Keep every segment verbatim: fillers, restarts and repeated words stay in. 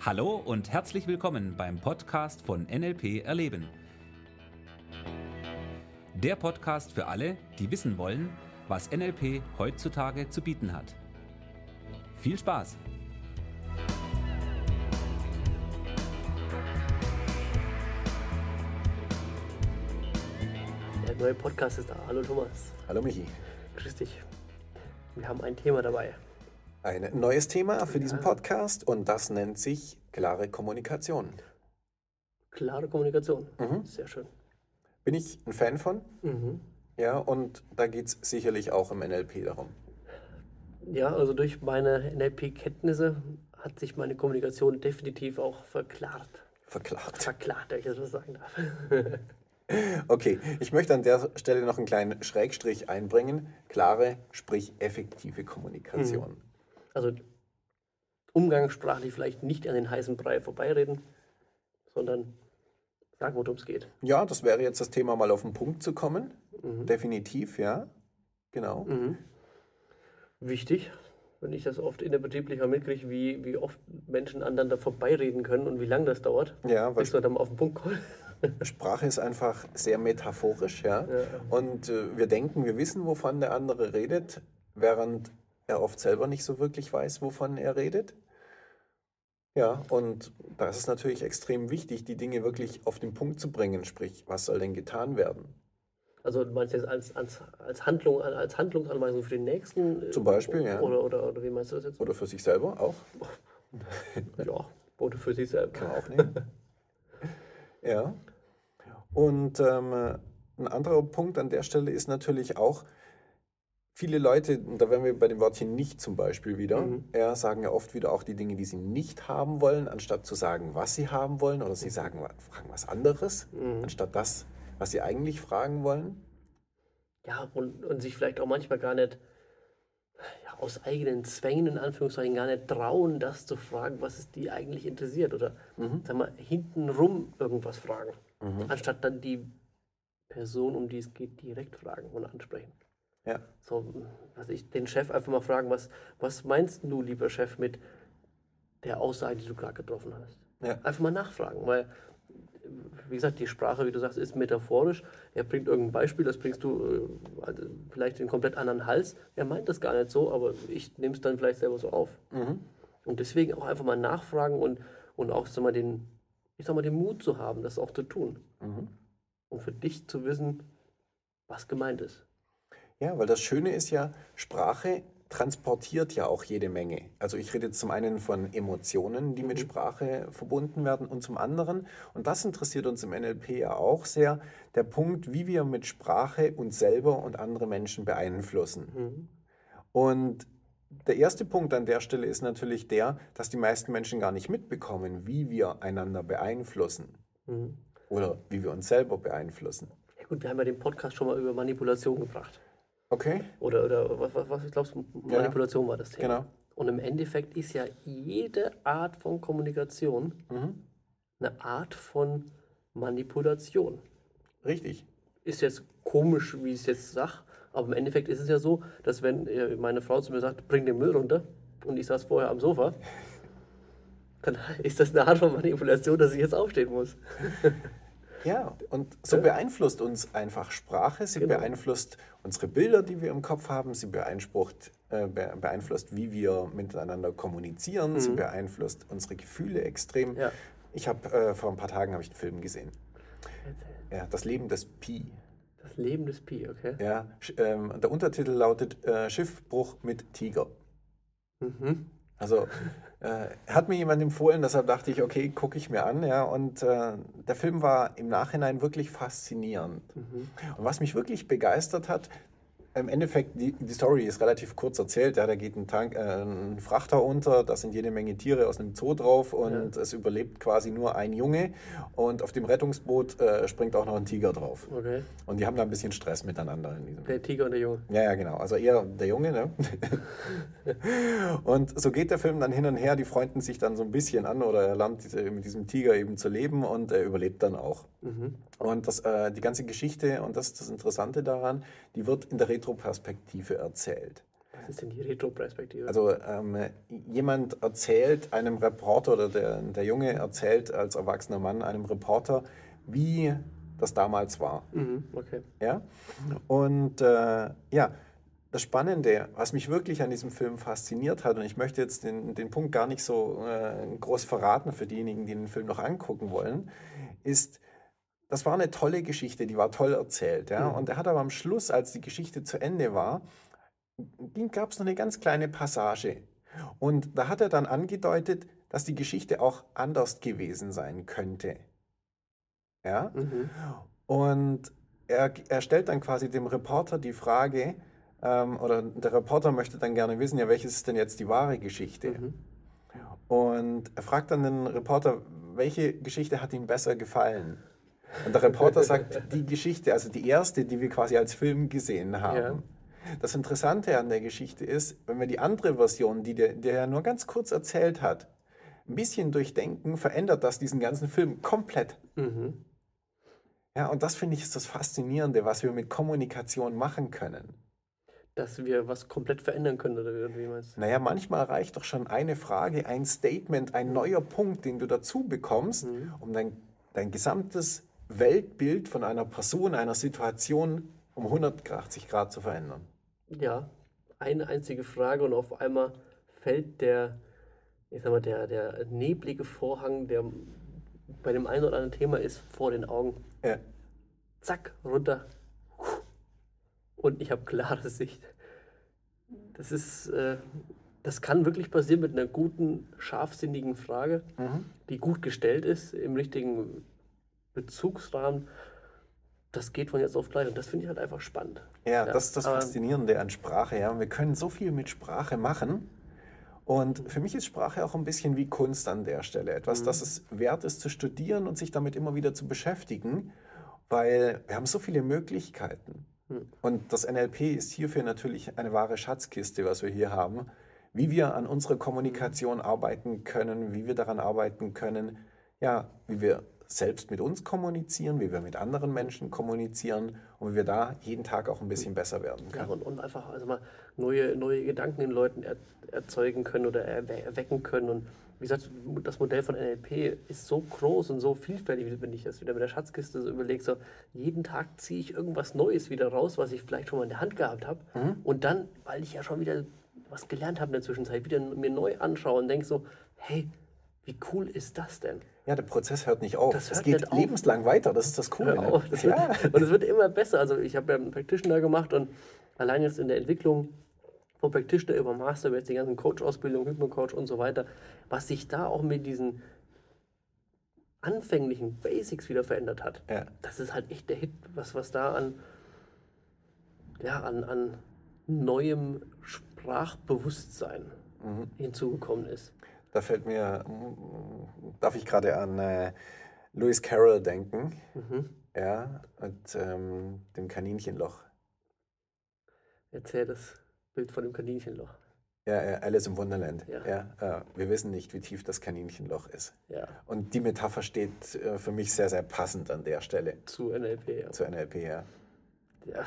Hallo und herzlich willkommen beim Podcast von N L P Erleben. Der Podcast für alle, die wissen wollen, was N L P heutzutage zu bieten hat. Viel Spaß! Der neue Podcast ist da. Hallo Thomas. Hallo Michi. Grüß dich. Wir haben ein Thema dabei. Ein neues Thema für Ja. diesen Podcast und das nennt sich klare Kommunikation. Klare Kommunikation. Mhm. Sehr schön. Bin ich ein Fan von? Mhm. Ja, und da geht es sicherlich auch im N L P darum. Ja, also durch meine N L P-Kenntnisse hat sich meine Kommunikation definitiv auch verklart. Verklart. Verklart, wenn ich das so sagen darf. Okay, ich möchte an der Stelle noch einen kleinen Schrägstrich einbringen. Klare, sprich effektive Kommunikation. Also umgangssprachlich vielleicht nicht an den heißen Brei vorbeireden, sondern sagen, worum es geht. Ja, das wäre jetzt das Thema, mal auf den Punkt zu kommen. Definitiv, ja. Genau. Mhm. Wichtig, wenn ich das oft innerbetrieblich mal mitkriege, wie, wie oft Menschen aneinander vorbeireden können und wie lange das dauert, Ja, weil bis man dann mal auf den Punkt kommt. Sprache ist einfach sehr metaphorisch, ja. Und äh, wir denken, wir wissen, wovon der andere redet, während er oft selber nicht so wirklich weiß, wovon er redet. Ja, und da ist es natürlich extrem wichtig, die Dinge wirklich auf den Punkt zu bringen, sprich, was soll denn getan werden? Also du meinst jetzt als, als, als, Handlung, als Handlungsanweisung für den Nächsten? äh, Zum Beispiel, ja. Oder, oder, oder wie meinst du das jetzt? Oder für sich selber auch. Ja, oder für sich selbst. Kann man auch nehmen. Ja. Und ähm, ein anderer Punkt an der Stelle ist natürlich auch, viele Leute, und da wären wir bei dem Wortchen nicht zum Beispiel wieder, Mhm. ja, sagen ja oft wieder auch die Dinge, die sie nicht haben wollen, anstatt zu sagen, was sie haben wollen, oder sie sagen, fragen was anderes, Mhm. anstatt das, was sie eigentlich fragen wollen. Ja, und, und sich vielleicht auch manchmal gar nicht, ja, aus eigenen Zwängen in Anführungszeichen gar nicht trauen, das zu fragen, was es die eigentlich interessiert. Oder sag mal, hintenrum irgendwas fragen. Anstatt dann die Person, um die es geht, direkt fragen und ansprechen. Ja. So, was ich den Chef einfach mal fragen, was, was meinst du, lieber Chef, mit der Aussage, die du gerade getroffen hast? Ja. Einfach mal nachfragen, weil, wie gesagt, die Sprache, wie du sagst, ist metaphorisch. Er bringt irgendein Beispiel, das bringst du äh, also vielleicht in einen komplett anderen Hals. Er meint das gar nicht so, aber ich nehme es dann vielleicht selber so auf. Und deswegen auch einfach mal nachfragen und, und auch sag mal, den, ich sag mal, den Mut zu haben, das auch zu tun. Und für dich zu wissen, was gemeint ist. Ja, weil das Schöne ist ja, Sprache transportiert ja auch jede Menge. Also ich rede jetzt zum einen von Emotionen, die mit Sprache verbunden werden, und zum anderen, und das interessiert uns im N L P ja auch sehr, der Punkt, wie wir mit Sprache uns selber und andere Menschen beeinflussen. Und der erste Punkt an der Stelle ist natürlich der, dass die meisten Menschen gar nicht mitbekommen, wie wir einander beeinflussen oder wie wir uns selber beeinflussen. Ja gut, wir haben ja den Podcast schon mal über Manipulation gebracht. Okay? Oder, oder was, was, was glaubst du, Manipulation war das Thema. Genau. Und im Endeffekt ist ja jede Art von Kommunikation Mhm. eine Art von Manipulation. Richtig. Ist jetzt komisch, wie ich es jetzt sage, aber im Endeffekt ist es ja so, dass wenn äh, meine Frau zu mir sagt, bring den Müll runter und ich saß vorher am Sofa, dann ist das eine Art von Manipulation, dass ich jetzt aufstehen muss. Ja, und so beeinflusst uns einfach Sprache, sie Genau. beeinflusst unsere Bilder, die wir im Kopf haben, sie beeinsprucht, äh, be- beeinflusst, wie wir miteinander kommunizieren, sie beeinflusst unsere Gefühle extrem. Ja. Ich habe äh, vor ein paar Tagen habe ich einen Film gesehen. Ja, das Leben des Pi. Das Leben des Pi, okay? Ja, sch- ähm, der Untertitel lautet äh, Schiffbruch mit Tiger. Mhm. Also äh, hat mir jemand empfohlen, deshalb dachte ich, okay, gucke ich mir an. Ja, und äh, der Film war im Nachhinein wirklich faszinierend. Und was mich wirklich begeistert hat, im Endeffekt, die, die Story ist relativ kurz erzählt. Ja, da geht ein, Tank, äh, ein Frachter unter, da sind jede Menge Tiere aus einem Zoo drauf und es überlebt quasi nur ein Junge. Und auf dem Rettungsboot äh, springt auch noch ein Tiger drauf. Okay. Und die haben da ein bisschen Stress miteinander in diesem Der Tiger und der Junge. Ja, ja, genau. Also eher der Junge, ne? Und so geht der Film dann hin und her, die freunden sich dann so ein bisschen an oder er lernt diese- mit diesem Tiger eben zu leben und er überlebt dann auch. Und das, äh, die ganze Geschichte, und das ist das Interessante daran, die wird in der Retroperspektive erzählt. Was ist denn die Retro-Perspektive? Also ähm, jemand erzählt einem Reporter oder der, der Junge erzählt als erwachsener Mann einem Reporter, wie das damals war. Mhm, okay. Ja? Und äh, ja, das Spannende, was mich wirklich an diesem Film fasziniert hat, und ich möchte jetzt den, den Punkt gar nicht so äh, groß verraten für diejenigen, die den Film noch angucken wollen, ist, das war eine tolle Geschichte, die war toll erzählt. Ja? Mhm. Und er hat aber am Schluss, als die Geschichte zu Ende war, gab es noch eine ganz kleine Passage. Und da hat er dann angedeutet, dass die Geschichte auch anders gewesen sein könnte. Ja? Mhm. Und er, er stellt dann quasi dem Reporter die Frage, ähm, oder der Reporter möchte dann gerne wissen, ja, welches ist denn jetzt die wahre Geschichte? Mhm. Und er fragt dann den Reporter, welche Geschichte hat ihm besser gefallen? Und der Reporter sagt, die Geschichte, also die erste, die wir quasi als Film gesehen haben. Ja. Das Interessante an der Geschichte ist, wenn wir die andere Version, die der, der nur ganz kurz erzählt hat, ein bisschen durchdenken, verändert das diesen ganzen Film komplett. Mhm. Ja, und das finde ich ist das Faszinierende, was wir mit Kommunikation machen können. Dass wir was komplett verändern können, oder wie meinst du? Naja, manchmal reicht doch schon eine Frage, ein Statement, ein neuer Punkt, den du dazu bekommst, Mhm. um dein, dein gesamtes Weltbild von einer Person, einer Situation um hundertachtzig Grad zu verändern. Ja, eine einzige Frage und auf einmal fällt der, ich sag mal, der, der neblige Vorhang, der bei dem einen oder anderen Thema ist, vor den Augen. Ja, Zack, runter. Und ich habe klare Sicht. Das ist, äh, das kann wirklich passieren mit einer guten, scharfsinnigen Frage, mhm. die gut gestellt ist, im richtigen Bezugsrahmen. Das geht von jetzt auf gleich und das finde ich halt einfach spannend. ja, das ist das aber- Faszinierende an Sprache. Ja. Und wir können so viel mit Sprache machen. Und für mich ist Sprache auch ein bisschen wie Kunst an der Stelle. Etwas, das es wert ist zu studieren und sich damit immer wieder zu beschäftigen, weil wir haben so viele Möglichkeiten. Hm. Und das N L P ist hierfür natürlich eine wahre Schatzkiste, was wir hier haben. Wie wir an unserer Kommunikation arbeiten können, wie wir daran arbeiten können, ja, wie wir selbst mit uns kommunizieren, wie wir mit anderen Menschen kommunizieren und wie wir da jeden Tag auch ein bisschen besser werden Ja, können. und, und einfach also mal neue, neue Gedanken in Leuten er, erzeugen können oder erwe erwecken können. Und wie gesagt, das Modell von N L P ist so groß und so vielfältig, wenn ich das wieder mit der Schatzkiste so überlege. So, jeden Tag ziehe ich irgendwas Neues wieder raus, was ich vielleicht schon mal in der Hand gehabt habe. Mhm. Und dann, weil ich ja schon wieder was gelernt habe in der Zwischenzeit, wieder mir neu anschaue und denke so, hey, wie cool ist das denn? Ja, der Prozess hört nicht auf. Das Es hört geht nicht auf. lebenslang weiter, das ist das Coole. Hör auf, Ne? das Ja. wird, und es wird immer besser. Also ich habe ja einen Practitioner gemacht und allein jetzt in der Entwicklung vom Practitioner über Master, über jetzt die ganzen Coach-Ausbildung, Hypno-Coach und so weiter, was sich da auch mit diesen anfänglichen Basics wieder verändert hat, Ja. das ist halt echt der Hit, was, was da an, ja, an, an neuem Sprachbewusstsein Mhm. hinzugekommen ist. Da fällt mir, mm, darf ich gerade an äh, Lewis Carroll denken, Mhm. ja, mit ähm, dem Kaninchenloch. Erzähl das Bild von dem Kaninchenloch. Ja, äh, Alice im Wunderland. Ja. Ja, äh, wir wissen nicht, wie tief das Kaninchenloch ist. Ja, Und die Metapher steht äh, für mich sehr, sehr passend an der Stelle zu N L P. Ja. zu N L P. Ja. Ja.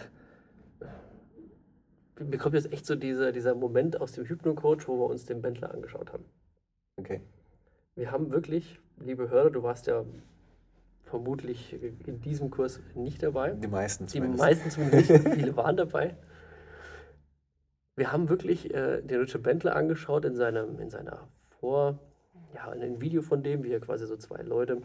Mir kommt jetzt echt so dieser, dieser Moment aus dem Hypno-Coach, wo wir uns den Bändler angeschaut haben. Okay. Wir haben wirklich, liebe Hörer, du warst ja vermutlich in diesem Kurs nicht dabei. Die meisten Die zumindest. meisten zumindest nicht, viele waren dabei. Wir haben wirklich äh, den Richard Bändler angeschaut in, seinem, in seiner Vor-, ja, in einem Video von dem, wie er quasi so zwei Leute,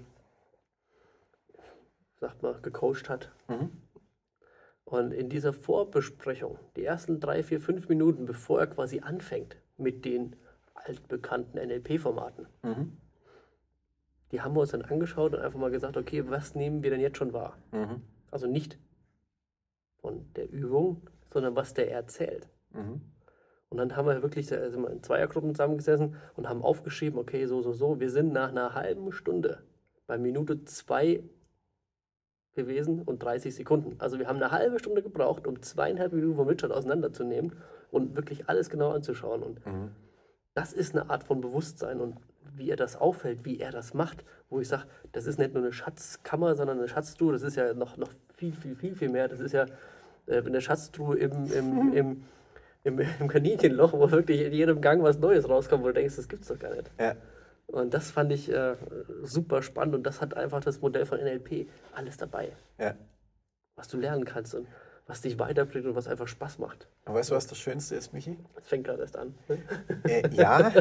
sagt man, gecoacht hat. Mhm. Und in dieser Vorbesprechung, die ersten drei, vier, fünf Minuten, bevor er quasi anfängt mit den altbekannten N L P-Formaten, Mhm. die haben wir uns dann angeschaut und einfach mal gesagt, okay, was nehmen wir denn jetzt schon wahr? Mhm. Also nicht von der Übung, sondern was der erzählt. Mhm. Und dann haben wir wirklich da sind wir in Zweiergruppen zusammengesessen und haben aufgeschrieben, okay, so, so, so, wir sind nach einer halben Stunde bei Minute zwei gewesen und dreißig Sekunden. Also wir haben eine halbe Stunde gebraucht, um zweieinhalb Minuten von Richard auseinanderzunehmen und wirklich alles genau anzuschauen. Und Mhm. das ist eine Art von Bewusstsein und wie er das auffällt, wie er das macht, wo ich sage, das ist nicht nur eine Schatzkammer, sondern eine Schatztruhe, das ist ja noch, noch viel, viel, viel, viel mehr. Das ist ja äh, eine Schatztruhe im, im, im im, im Kaninchenloch, wo wirklich in jedem Gang was Neues rauskommt, wo du denkst, das gibt's doch gar nicht. Ja. Und das fand ich äh, super spannend und das hat einfach das Modell von N L P alles dabei. Ja. Was du lernen kannst und was dich weiterbringt und was einfach Spaß macht. Und weißt du, was das Schönste ist, Michi? Das fängt gerade erst an. Äh, ja.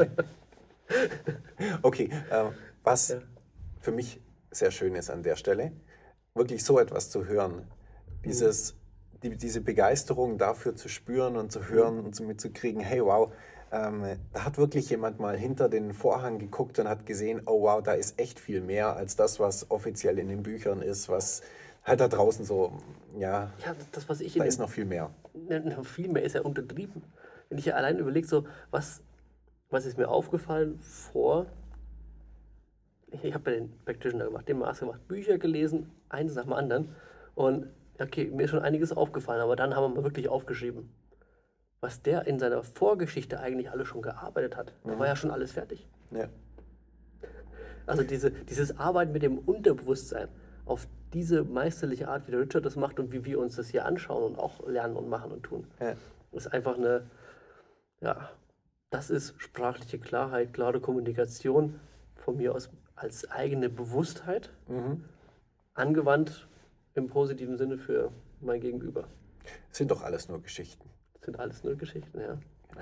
Okay, äh, was Ja. für mich sehr schön ist an der Stelle, wirklich so etwas zu hören. Dieses, die, diese Begeisterung dafür zu spüren und zu hören und so mitzukriegen, hey wow, ähm, da hat wirklich jemand mal hinter den Vorhang geguckt und hat gesehen, oh wow, da ist echt viel mehr als das, was offiziell in den Büchern ist, was halt da draußen so, ja, Ja, das, was ich da in ist noch viel mehr. den, viel mehr ist ja untertrieben. Wenn ich ja allein überlege, so, was, was ist mir aufgefallen vor, ich, ich habe ja den Practitioner gemacht, den Master gemacht, Bücher gelesen, eins nach dem anderen und okay, mir ist schon einiges aufgefallen, aber dann haben wir mal wirklich aufgeschrieben, was der in seiner Vorgeschichte eigentlich alles schon gearbeitet hat. Da war ja schon alles fertig. Ja. Also diese, dieses Arbeiten mit dem Unterbewusstsein auf diese meisterliche Art, wie der Richard das macht und wie wir uns das hier anschauen und auch lernen und machen und tun. Ja. Das ist einfach eine, ja, das ist sprachliche Klarheit, klare Kommunikation von mir aus als eigene Bewusstheit, Mhm. angewandt im positiven Sinne für mein Gegenüber. Sind doch alles nur Geschichten. Das sind alles nur Geschichten, ja.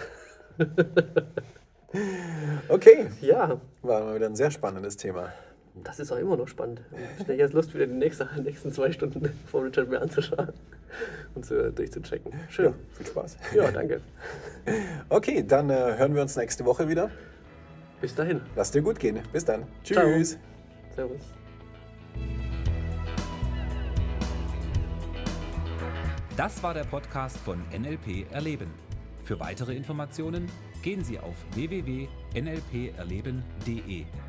Okay, Ja, war mal wieder ein sehr spannendes Thema. das ist auch immer noch spannend. Ich habe jetzt Lust, wieder die nächste, nächsten zwei Stunden von Richard mir anzuschauen und zu, durchzuchecken. Ja, Schön. viel Spaß. Ja, danke. Okay, dann äh, hören wir uns nächste Woche wieder. Bis dahin. Lass dir gut gehen. Bis dann. Ciao. Tschüss. Servus. Das war der Podcast von N L P Erleben. Für weitere Informationen gehen Sie auf w w w punkt n l p erleben punkt d e.